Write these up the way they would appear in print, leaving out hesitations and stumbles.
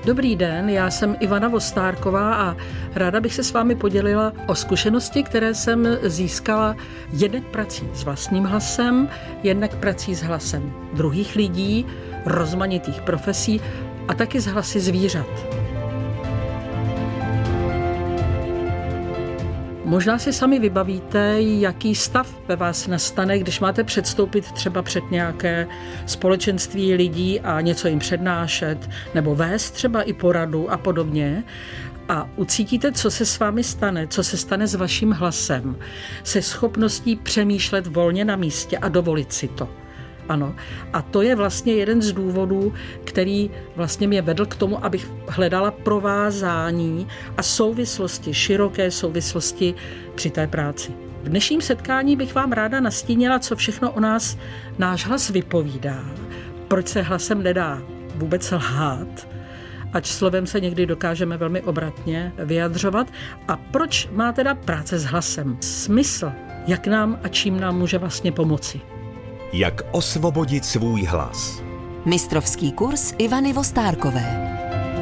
Dobrý den, já jsem Ivana Vostárková a ráda bych se s vámi podělila o zkušenosti, které jsem získala jednak prací s vlastním hlasem, jednak prací s hlasem druhých lidí, rozmanitých profesí a taky s hlasy zvířat. Možná si sami vybavíte, jaký stav ve vás nastane, když máte předstoupit třeba před nějaké společenství lidí a něco jim přednášet, nebo vést třeba i poradu a podobně. A ucítíte, co se s vámi stane, co se stane s vaším hlasem, se schopností přemýšlet volně na místě a dovolit si to. Ano, a to je vlastně jeden z důvodů, který vlastně mě vedl k tomu, abych hledala provázání a souvislosti, široké souvislosti při té práci. V dnešním setkání bych vám ráda nastínila, co všechno o nás náš hlas vypovídá, proč se hlasem nedá vůbec lhát, ač slovem se někdy dokážeme velmi obratně vyjadřovat, a proč má teda práce s hlasem smysl, jak nám a čím nám může vlastně pomoci. Jak osvobodit svůj hlas. Mistrovský kurz Ivany Vostárkové.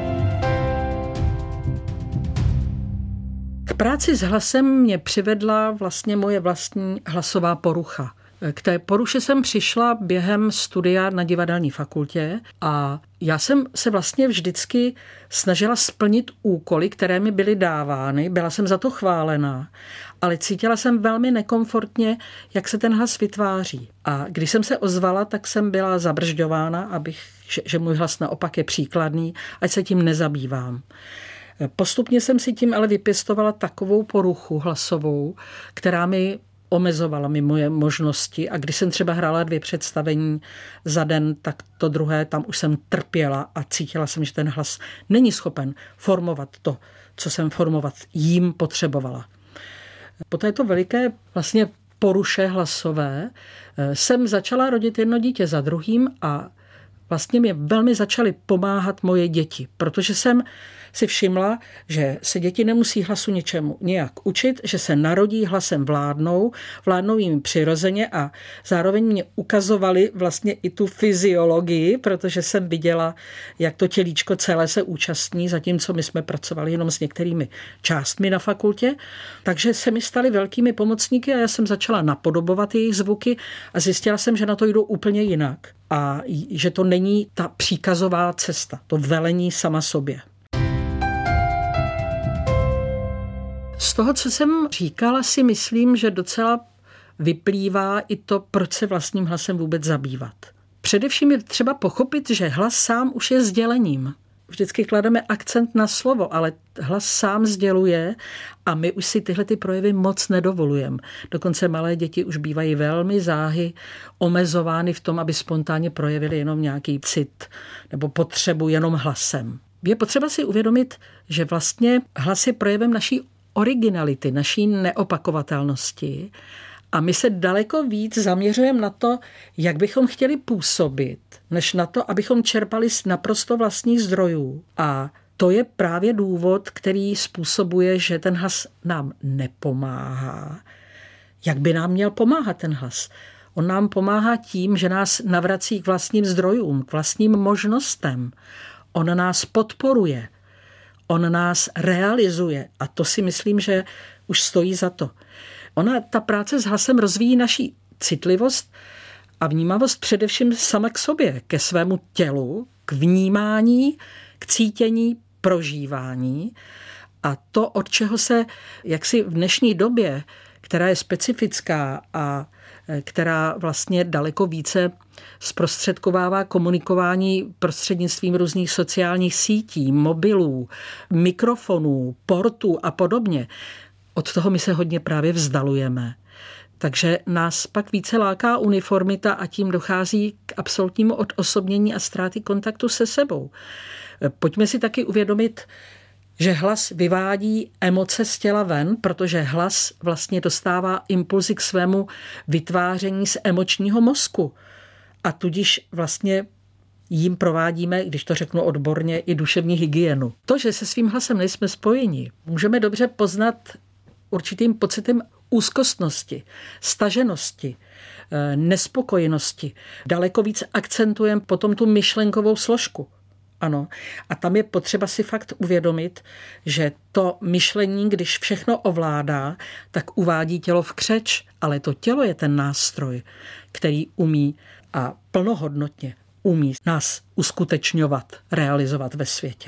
K práci s hlasem mě přivedla vlastně moje vlastní hlasová porucha. K té poruše jsem přišla během studia na divadelní fakultě a já jsem se vlastně vždycky snažila splnit úkoly, které mi byly dávány. Byla jsem za to chválená, ale cítila jsem velmi nekomfortně, jak se ten hlas vytváří. A když jsem se ozvala, tak jsem byla zabržďována, že můj hlas naopak je příkladný, ať se tím nezabývám. Postupně jsem si tím ale vypěstovala takovou poruchu hlasovou, která mi omezovala mi moje možnosti, a když jsem třeba hrála 2 představení za den, tak to druhé tam už jsem trpěla a cítila jsem, že ten hlas není schopen formovat to, co jsem formovat jím potřebovala. Po této veliké vlastně poruše hlasové jsem začala rodit jedno dítě za druhým a vlastně mě velmi začaly pomáhat moje děti, protože jsem si všimla, že se děti nemusí hlasu ničemu nějak učit, že se narodí hlasem vládnou jim přirozeně a zároveň mě ukazovali vlastně i tu fyziologii, protože jsem viděla, jak to tělíčko celé se účastní, zatímco my jsme pracovali jenom s některými částmi na fakultě, takže se mi staly velkými pomocníky a já jsem začala napodobovat jejich zvuky a zjistila jsem, že na to jdou úplně jinak a že to není ta příkazová cesta, to velení sama sobě. Z toho, co jsem říkala, si myslím, že docela vyplývá i to, proč se vlastním hlasem vůbec zabývat. Především je třeba pochopit, že hlas sám už je sdělením. Vždycky klademe akcent na slovo, ale hlas sám sděluje a my už si tyhle projevy moc nedovolujeme. Dokonce malé děti už bývají velmi záhy omezovány v tom, aby spontánně projevili jenom nějaký cit nebo potřebu jenom hlasem. Je potřeba si uvědomit, že vlastně hlas je projevem naší originality, naší neopakovatelnosti a my se daleko víc zaměřujeme na to, jak bychom chtěli působit, než na to, abychom čerpali z naprosto vlastních zdrojů. A to je právě důvod, který způsobuje, že ten hlas nám nepomáhá. Jak by nám měl pomáhat ten hlas? On nám pomáhá tím, že nás navrací k vlastním zdrojům, k vlastním možnostem. On nás podporuje. On nás realizuje a to si myslím, že už stojí za to. Ta práce s hlasem rozvíjí naši citlivost a vnímavost především sama k sobě, ke svému tělu, k vnímání, k cítění, prožívání a to, od čeho se jaksi v dnešní době, která je specifická a která vlastně daleko více zprostředkovává komunikování prostřednictvím různých sociálních sítí, mobilů, mikrofonů, portů a podobně. Od toho my se hodně právě vzdalujeme. Takže nás pak více láká uniformita a tím dochází k absolutnímu odosobnění a ztráty kontaktu se sebou. Pojďme si taky uvědomit, že hlas vyvádí emoce z těla ven, protože hlas vlastně dostává impulzy k svému vytváření z emočního mozku. A tudíž vlastně jím provádíme, když to řeknu odborně, i duševní hygienu. To, že se svým hlasem nejsme spojeni, můžeme dobře poznat určitým pocitem úzkostnosti, staženosti, nespokojenosti. Daleko víc akcentujeme potom tu myšlenkovou složku. Ano. A tam je potřeba si fakt uvědomit, že to myšlení, když všechno ovládá, tak uvádí tělo v křeč, ale to tělo je ten nástroj, který umí a plnohodnotně umí nás uskutečňovat, realizovat ve světě.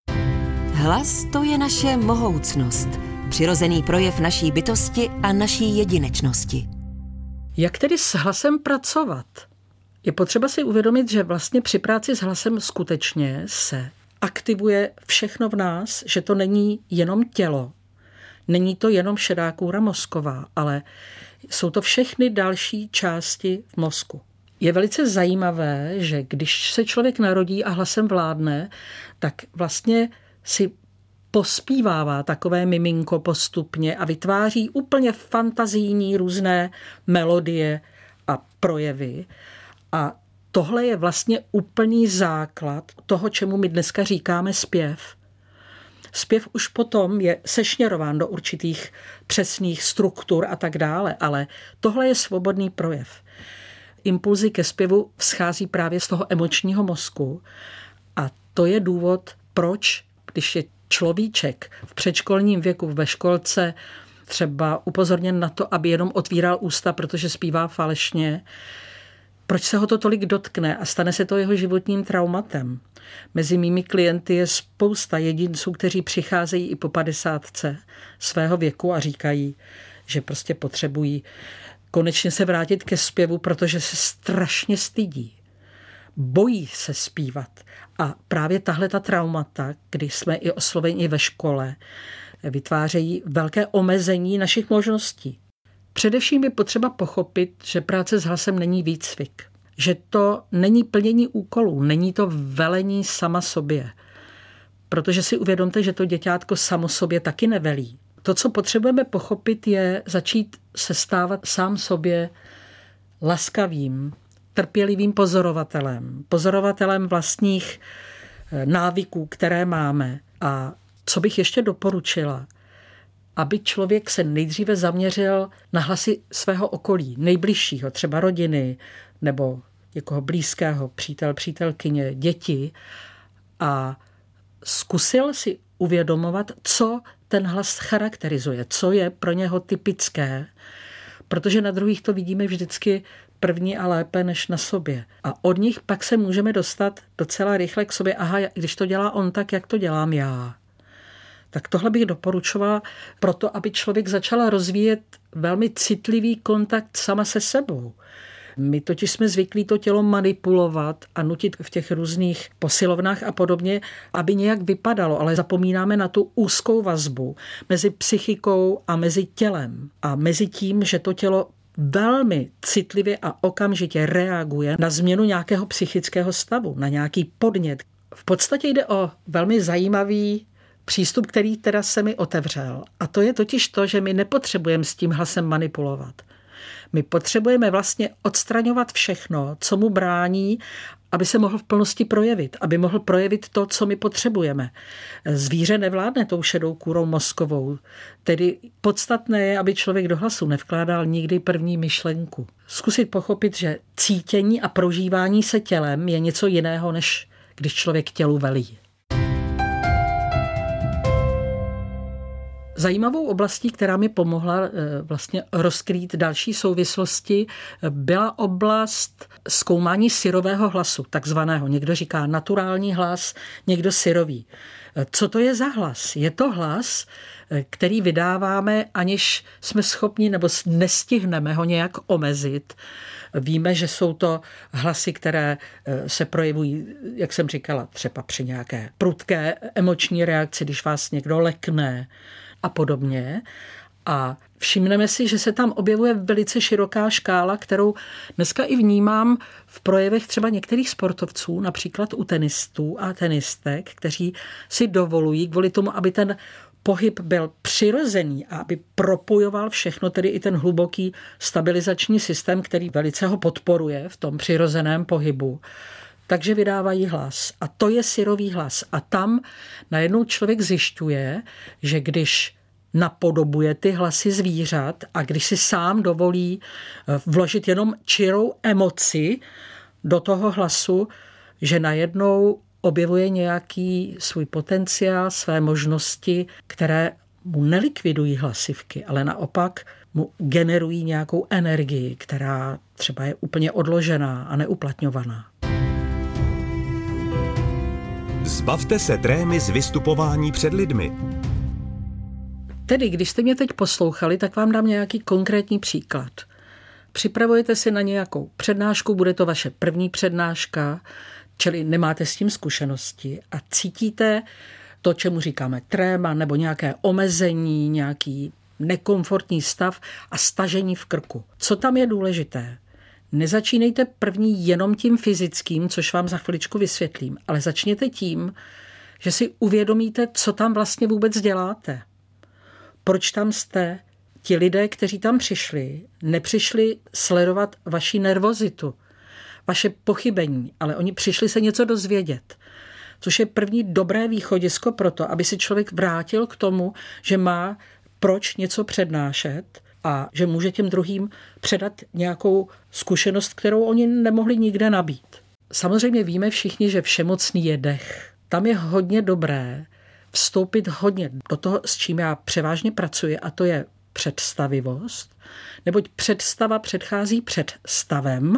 Hlas to je naše mohoucnost, přirozený projev naší bytosti a naší jedinečnosti. Jak tedy s hlasem pracovat? Je potřeba si uvědomit, že vlastně při práci s hlasem skutečně se aktivuje všechno v nás, že to není jenom tělo, není to jenom šedá kůra mozková, ale jsou to všechny další části v mozku. Je velice zajímavé, že když se člověk narodí a hlasem vládne, tak vlastně si pospívává takové miminko postupně a vytváří úplně fantazijní různé melodie a projevy. A tohle je vlastně úplný základ toho, čemu my dneska říkáme zpěv. Zpěv už potom je sešněrován do určitých přesných struktur a tak dále, ale tohle je svobodný projev. Impulzy ke zpěvu vzchází právě z toho emočního mozku a to je důvod, proč, když je človíček v předškolním věku ve školce třeba upozorněn na to, aby jenom otvíral ústa, protože zpívá falešně, proč se ho to tolik dotkne a stane se to jeho životním traumatem. Mezi mými klienty je spousta jedinců, kteří přicházejí i po 50 svého věku a říkají, že prostě potřebují konečně se vrátit ke zpěvu, protože se strašně stydí. Bojí se zpívat. A právě tahle ta traumata, kdy jsme i osloveni ve škole, vytvářejí velké omezení našich možností. Především je potřeba pochopit, že práce s hlasem není výcvik. Že to není plnění úkolů, není to velení sama sobě. Protože si uvědomte, že to děťátko samo sobě taky nevelí. To, co potřebujeme pochopit, je začít se stávat sám sobě laskavým, trpělivým pozorovatelem. Pozorovatelem vlastních návyků, které máme. A co bych ještě doporučila, aby člověk se nejdříve zaměřil na hlasy svého okolí, nejbližšího, třeba rodiny nebo někoho blízkého, přítelkyně, děti a zkusil si uvědomovat, co ten hlas charakterizuje, co je pro něho typické, protože na druhých to vidíme vždycky první a lépe než na sobě. A od nich pak se můžeme dostat docela rychle k sobě, aha, když to dělá on tak, jak to dělám já. Tak tohle bych doporučovala proto, aby člověk začal rozvíjet velmi citlivý kontakt sama se sebou. My totiž jsme zvyklí to tělo manipulovat a nutit v těch různých posilovnách a podobně, aby nějak vypadalo, ale zapomínáme na tu úzkou vazbu mezi psychikou a mezi tělem. A mezi tím, že to tělo velmi citlivě a okamžitě reaguje na změnu nějakého psychického stavu, na nějaký podnět. V podstatě jde o velmi zajímavý přístup, který teda se mi otevřel. A to je totiž to, že my nepotřebujeme s tím hlasem manipulovat. My potřebujeme vlastně odstraňovat všechno, co mu brání, aby se mohl v plnosti projevit, aby mohl projevit to, co my potřebujeme. Zvíře nevládne tou šedou kůrou mozkovou. Tedy podstatné je, aby člověk do hlasu nevkládal nikdy první myšlenku. Zkusit pochopit, že cítění a prožívání se tělem je něco jiného, než když člověk tělu velí. Zajímavou oblastí, která mi pomohla vlastně rozkrýt další souvislosti, byla oblast zkoumání syrového hlasu, takzvaného. Někdo říká naturální hlas, někdo syrový. Co to je za hlas? Je to hlas, který vydáváme, aniž jsme schopni nebo nestihneme ho nějak omezit. Víme, že jsou to hlasy, které se projevují, jak jsem říkala, třeba při nějaké prudké emoční reakci, když vás někdo lekne a podobně. A všimneme si, že se tam objevuje velice široká škála, kterou dneska i vnímám v projevech třeba některých sportovců, například u tenistů a tenistek, kteří si dovolují kvůli tomu, aby ten pohyb byl přirozený a aby propojoval všechno, tedy i ten hluboký stabilizační systém, který velice ho podporuje v tom přirozeném pohybu. Takže vydávají hlas. A to je syrový hlas. A tam najednou člověk zjišťuje, že když napodobuje ty hlasy zvířat a když si sám dovolí vložit jenom čirou emoci do toho hlasu, že najednou objevuje nějaký svůj potenciál, své možnosti, které mu nelikvidují hlasivky, ale naopak mu generují nějakou energii, která třeba je úplně odložená a neuplatňovaná. Zbavte se trémy z vystupování před lidmi. Tedy, když jste mě teď poslouchali, tak vám dám nějaký konkrétní příklad. Připravujete si na nějakou přednášku, bude to vaše první přednáška, čili nemáte s tím zkušenosti a cítíte to, čemu říkáme tréma, nebo nějaké omezení, nějaký nekomfortní stav a stažení v krku. Co tam je důležité? Nezačínejte první jenom tím fyzickým, což vám za chviličku vysvětlím, ale začněte tím, že si uvědomíte, co tam vlastně vůbec děláte. Proč tam jste? Ti lidé, kteří tam přišli, nepřišli sledovat vaši nervozitu, vaše pochybení, ale oni přišli se něco dozvědět, což je první dobré východisko pro to, aby si člověk vrátil k tomu, že má proč něco přednášet a že může těm druhým předat nějakou zkušenost, kterou oni nemohli nikde nabít. Samozřejmě víme všichni, že všemocný je dech. Tam je hodně dobré vstoupit hodně do toho, s čím já převážně pracuji, a to je představivost, neboť představa předchází před stavem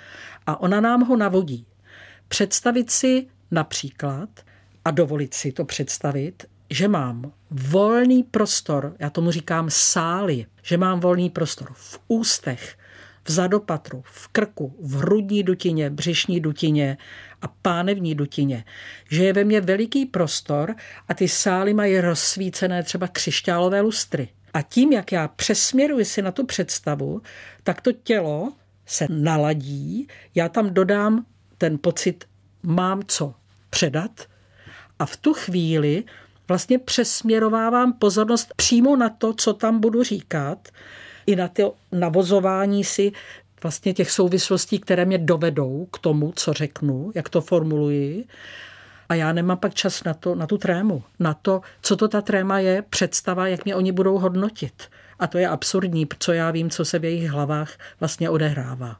a ona nám ho navodí. Představit si například a dovolit si to představit, že mám volný prostor, já tomu říkám sály, že mám volný prostor v ústech, v zadopatru, v krku, v hrudní dutině, břišní dutině a pánevní dutině, že je ve mně veliký prostor a ty sály mají rozsvícené třeba křišťálové lustry. A tím, jak já přesměruji si na tu představu, tak to tělo se naladí, já tam dodám ten pocit, mám co předat a v tu chvíli vlastně přesměrovávám pozornost přímo na to, co tam budu říkat, i na to navozování si vlastně těch souvislostí, které mě dovedou k tomu, co řeknu, jak to formuluji. A já nemám pak čas na tu trému, na to, co to ta tréma je, představa, jak mě oni budou hodnotit. A to je absurdní, co já vím, co se v jejich hlavách vlastně odehrává.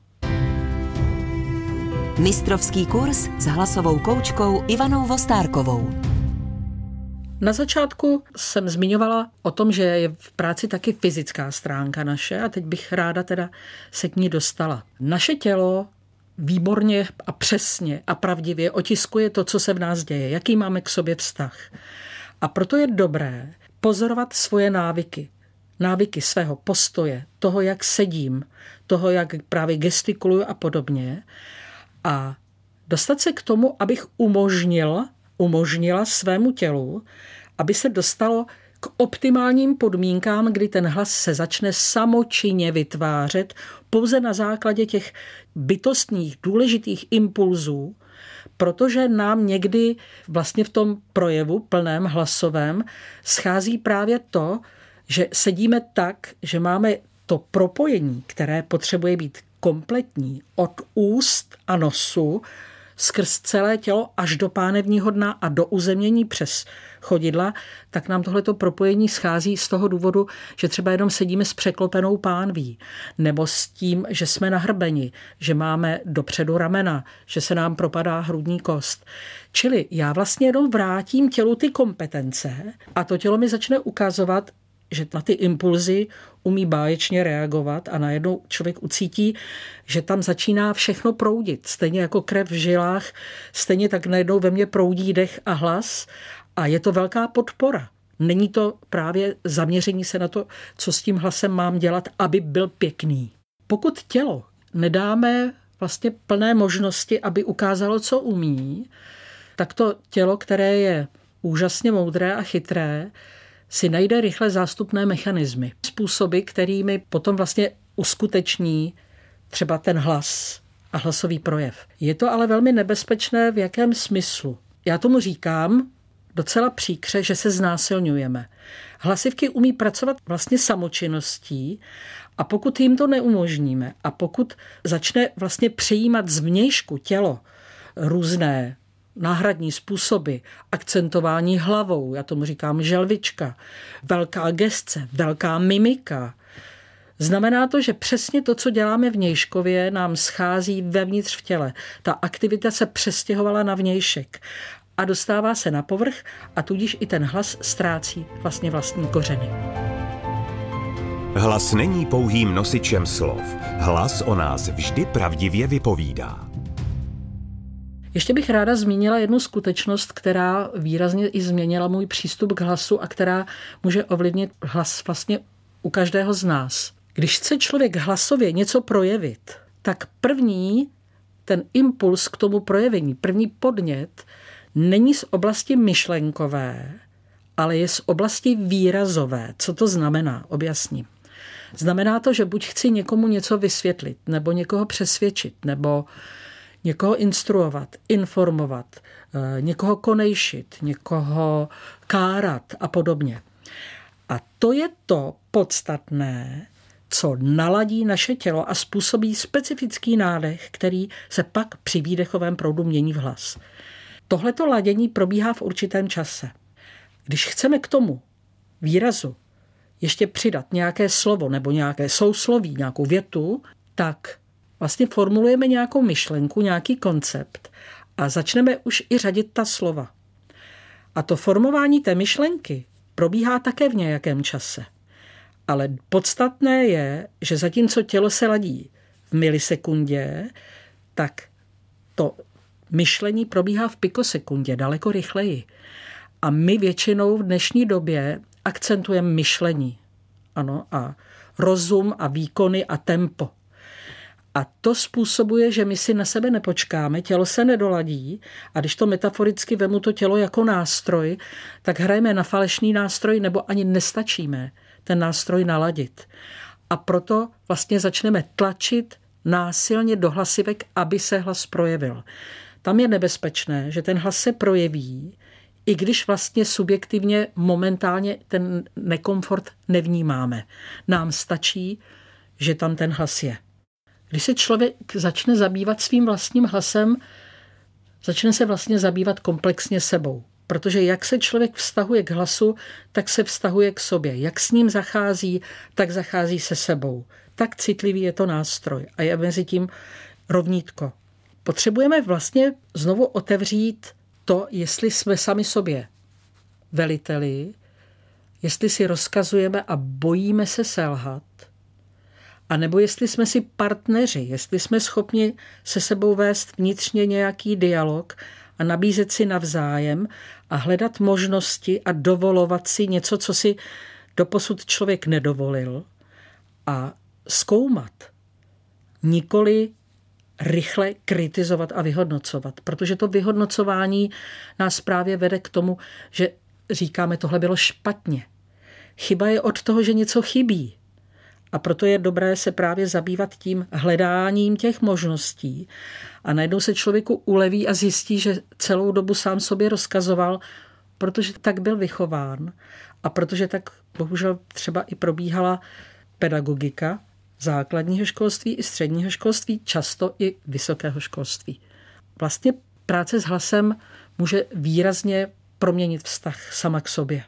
Mistrovský kurz s hlasovou koučkou Ivanou Vostárkovou. Na začátku jsem zmiňovala o tom, že je v práci taky fyzická stránka naše a teď bych ráda teda se k ní dostala. Naše tělo výborně a přesně a pravdivě otiskuje to, co se v nás děje, jaký máme k sobě vztah. A proto je dobré pozorovat svoje návyky. Návyky svého postoje, toho, jak sedím, toho, jak právě gestikuluju a podobně. A dostat se k tomu, abych umožnila svému tělu, aby se dostalo k optimálním podmínkám, kdy ten hlas se začne samočinně vytvářet pouze na základě těch bytostních, důležitých impulzů, protože nám někdy vlastně v tom projevu plném hlasovém schází právě to, že sedíme tak, že máme to propojení, které potřebuje být kompletní od úst a nosu skrz celé tělo až do pánevního dna a do uzemnění přes chodidla, tak nám tohleto propojení schází z toho důvodu, že třeba jenom sedíme s překlopenou pánví, nebo s tím, že jsme nahrbeni, že máme dopředu ramena, že se nám propadá hrudní kost. Čili já vlastně jenom vrátím tělu ty kompetence a to tělo mi začne ukazovat, že na ty impulzy umí báječně reagovat a najednou člověk ucítí, že tam začíná všechno proudit. Stejně jako krev v žilách, stejně tak najednou ve mně proudí dech a hlas a je to velká podpora. Není to právě zaměření se na to, co s tím hlasem mám dělat, aby byl pěkný. Pokud tělo nedáme vlastně plné možnosti, aby ukázalo, co umí, tak to tělo, které je úžasně moudré a chytré, si najde rychle zástupné mechanismy, způsoby, kterými potom vlastně uskuteční třeba ten hlas a hlasový projev. Je to ale velmi nebezpečné v jakém smyslu? Já tomu říkám docela příkře, že se znásilňujeme. Hlasivky umí pracovat vlastně samočinností a pokud jim to neumožníme a pokud začne vlastně přejímat zvnějšku tělo různé náhradní způsoby, akcentování hlavou, já tomu říkám želvička, velká gesce, velká mimika, Znamená to, že přesně to, co děláme vnějškově, nám schází vevnitř v těle. Ta aktivita se přestěhovala na vnějšek a dostává se na povrch a tudíž i ten hlas ztrácí vlastně vlastní kořeny. Hlas není pouhým nosičem slov. Hlas o nás vždy pravdivě vypovídá. Ještě bych ráda zmínila jednu skutečnost, která výrazně i změnila můj přístup k hlasu a která může ovlivnit hlas vlastně u každého z nás. Když chce člověk hlasově něco projevit, tak první ten impuls k tomu projevení, první podnět, není z oblasti myšlenkové, ale je z oblasti výrazové. Co to znamená? Objasním. Znamená to, že buď chci někomu něco vysvětlit, nebo někoho přesvědčit, nebo někoho instruovat, informovat, někoho konejšit, někoho kárat a podobně. A to je to podstatné, co naladí naše tělo a způsobí specifický nádech, který se pak při výdechovém proudu mění v hlas. Tohleto ladění probíhá v určitém čase. Když chceme k tomu výrazu ještě přidat nějaké slovo nebo nějaké sousloví, nějakou větu, tak vlastně formulujeme nějakou myšlenku, nějaký koncept a začneme už i řadit ta slova. A to formování té myšlenky probíhá také v nějakém čase. Ale podstatné je, že zatímco tělo se ladí v milisekundě, tak to myšlení probíhá v pikosekundě, daleko rychleji. A my většinou v dnešní době akcentujeme myšlení. Ano, a rozum a výkony a tempo. A to způsobuje, že my si na sebe nepočkáme, tělo se nedoladí a když to metaforicky vemu to tělo jako nástroj, tak hrajeme na falešný nástroj nebo ani nestačíme ten nástroj naladit. A proto vlastně začneme tlačit násilně do hlasivek, aby se hlas projevil. Tam je nebezpečné, že ten hlas se projeví, i když vlastně subjektivně momentálně ten nekomfort nevnímáme. Nám stačí, že tam ten hlas je. Když se člověk začne zabývat svým vlastním hlasem, začne se vlastně zabývat komplexně sebou. Protože jak se člověk vztahuje k hlasu, tak se vztahuje k sobě. Jak s ním zachází, tak zachází se sebou. Tak citlivý je to nástroj a je mezi tím rovnítko. Potřebujeme vlastně znovu otevřít to, jestli jsme sami sobě veliteli, jestli si rozkazujeme a bojíme se selhat, a nebo jestli jsme si partneři, jestli jsme schopni se sebou vést vnitřně nějaký dialog a nabízet si navzájem a hledat možnosti a dovolovat si něco, co si doposud člověk nedovolil a zkoumat, nikoli rychle kritizovat a vyhodnocovat, protože to vyhodnocování nás právě vede k tomu, že říkáme, tohle bylo špatně. Chyba je od toho, že něco chybí. A proto je dobré se právě zabývat tím hledáním těch možností a najednou se člověku uleví a zjistí, že celou dobu sám sobě rozkazoval, protože tak byl vychován a protože tak bohužel třeba i probíhala pedagogika základního školství i středního školství, často i vysokého školství. Vlastně práce s hlasem může výrazně proměnit vztah sama k sobě.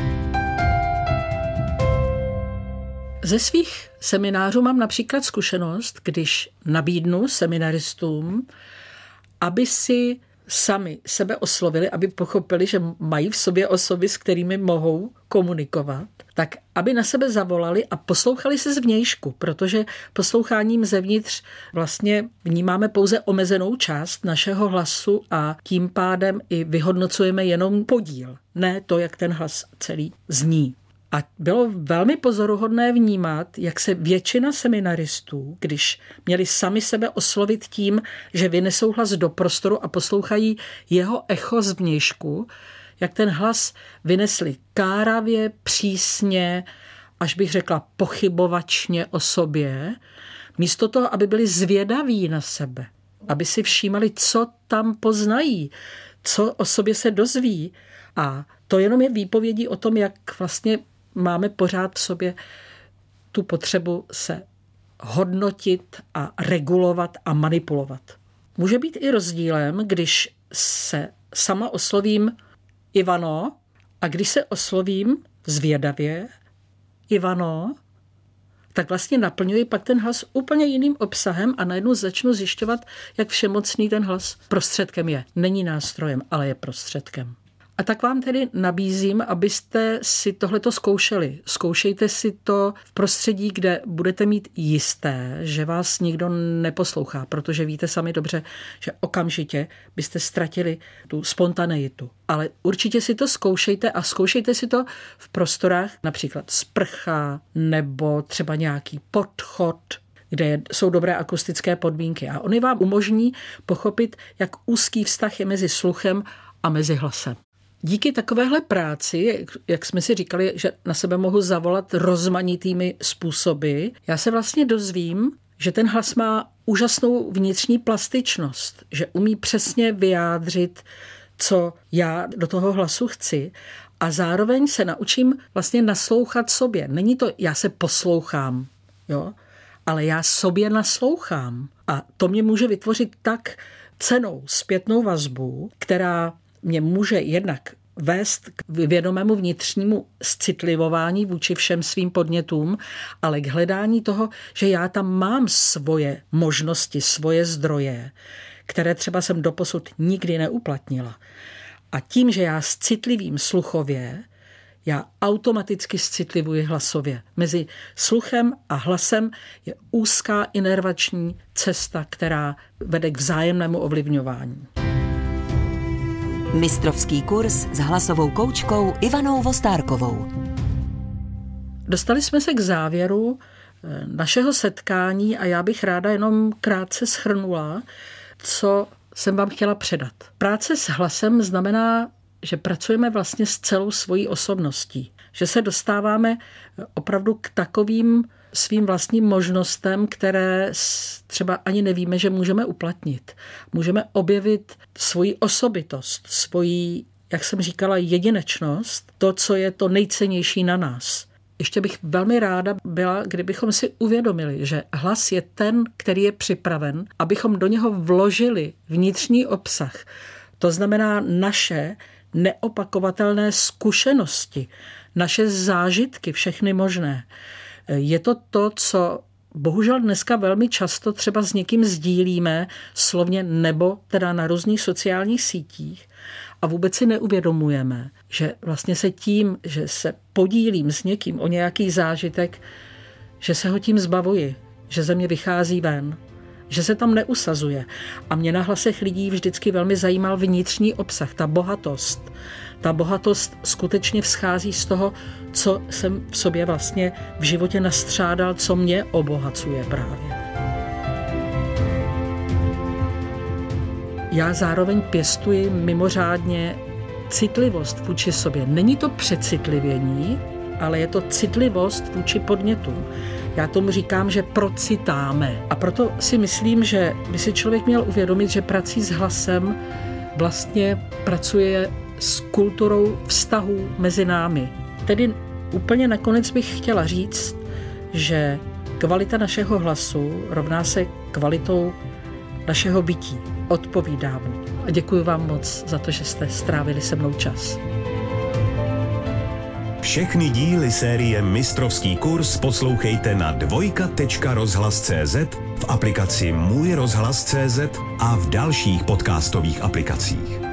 Ze svých seminářů mám například zkušenost, když nabídnu seminaristům, aby si sami sebe oslovili, aby pochopili, že mají v sobě osoby, s kterými mohou komunikovat, tak aby na sebe zavolali a poslouchali se zvnějšku, protože posloucháním zevnitř vlastně vnímáme pouze omezenou část našeho hlasu a tím pádem i vyhodnocujeme jenom podíl, ne to, jak ten hlas celý zní. A bylo velmi pozoruhodné vnímat, jak se většina seminaristů, když měli sami sebe oslovit tím, že vynesou hlas do prostoru a poslouchají jeho echo zvnějšku, jak ten hlas vynesli káravě, přísně, až bych řekla pochybovačně o sobě, místo toho, aby byli zvědaví na sebe, aby si všímali, co tam poznají, co o sobě se dozví. A to jenom je výpovědí o tom, jak vlastně máme pořád v sobě tu potřebu se hodnotit a regulovat a manipulovat. Může být i rozdílem, když se sama oslovím Ivano a když se oslovím zvědavě Ivano, tak vlastně naplňuji pak ten hlas úplně jiným obsahem a najednou začnu zjišťovat, jak všemocný ten hlas prostředkem je. Není nástrojem, ale je prostředkem. A tak vám tedy nabízím, abyste si tohleto zkoušeli. Zkoušejte si to v prostředí, kde budete mít jisté, že vás nikdo neposlouchá, protože víte sami dobře, že okamžitě byste ztratili tu spontaneitu. Ale určitě si to zkoušejte a zkoušejte si to v prostorách, například sprcha nebo třeba nějaký podchod, kde jsou dobré akustické podmínky. A oni vám umožní pochopit, jak úzký vztah je mezi sluchem a mezi hlasem. Díky takovéhle práci, jak jsme si říkali, že na sebe mohu zavolat rozmanitými způsoby, já se vlastně dozvím, že ten hlas má úžasnou vnitřní plastičnost, že umí přesně vyjádřit, co já do toho hlasu chci a zároveň se naučím vlastně naslouchat sobě. Není to, já se poslouchám, jo, ale já sobě naslouchám a to mě může vytvořit tak cennou zpětnou vazbu, která mě může jednak vést k vědomému vnitřnímu citlivování vůči všem svým podnětům, ale k hledání toho, že já tam mám svoje možnosti, svoje zdroje, které třeba jsem doposud nikdy neuplatnila. A tím, že já citlivím sluchově, já automaticky citlivuji hlasově. Mezi sluchem a hlasem je úzká inervační cesta, která vede k vzájemnému ovlivňování. Mistrovský kurz s hlasovou koučkou Ivanou Vostárkovou. Dostali jsme se k závěru našeho setkání a já bych ráda jenom krátce shrnula, co jsem vám chtěla předat. Práce s hlasem znamená, že pracujeme vlastně s celou svojí osobností, že se dostáváme opravdu k takovým svým vlastním možnostem, které třeba ani nevíme, že můžeme uplatnit. Můžeme objevit svoji osobitost, svoji, jak jsem říkala, jedinečnost, to, co je to nejcennější na nás. Ještě bych velmi ráda byla, kdybychom si uvědomili, že hlas je ten, který je připraven, abychom do něho vložili vnitřní obsah. To znamená naše neopakovatelné zkušenosti, naše zážitky, všechny možné. Je to to, co bohužel dneska velmi často třeba s někým sdílíme slovně nebo teda na různých sociálních sítích a vůbec si neuvědomujeme, že vlastně se tím, že se podílím s někým o nějaký zážitek, že se ho tím zbavuji, že ze mě vychází ven, že se tam neusazuje. A mě na hlasech lidí vždycky velmi zajímal vnitřní obsah, ta bohatost. Ta bohatost skutečně vzchází z toho, co jsem v sobě vlastně v životě nastřádal, co mě obohacuje právě. Já zároveň pěstuji mimořádně citlivost vůči sobě. Není to přecitlivění, ale je to citlivost vůči podnětům. Já tomu říkám, že procitáme. A proto si myslím, že by si člověk měl uvědomit, že prací s hlasem vlastně pracuje s kulturou vztahů mezi námi. Tedy úplně nakonec bych chtěla říct, že kvalita našeho hlasu rovná se kvalitou našeho bytí. Odpovídám. A děkuji vám moc za to, že jste strávili se mnou čas. Všechny díly série Mistrovský kurz poslouchejte na dvojka.rozhlas.cz, v aplikaci Můj rozhlas.cz a v dalších podcastových aplikacích.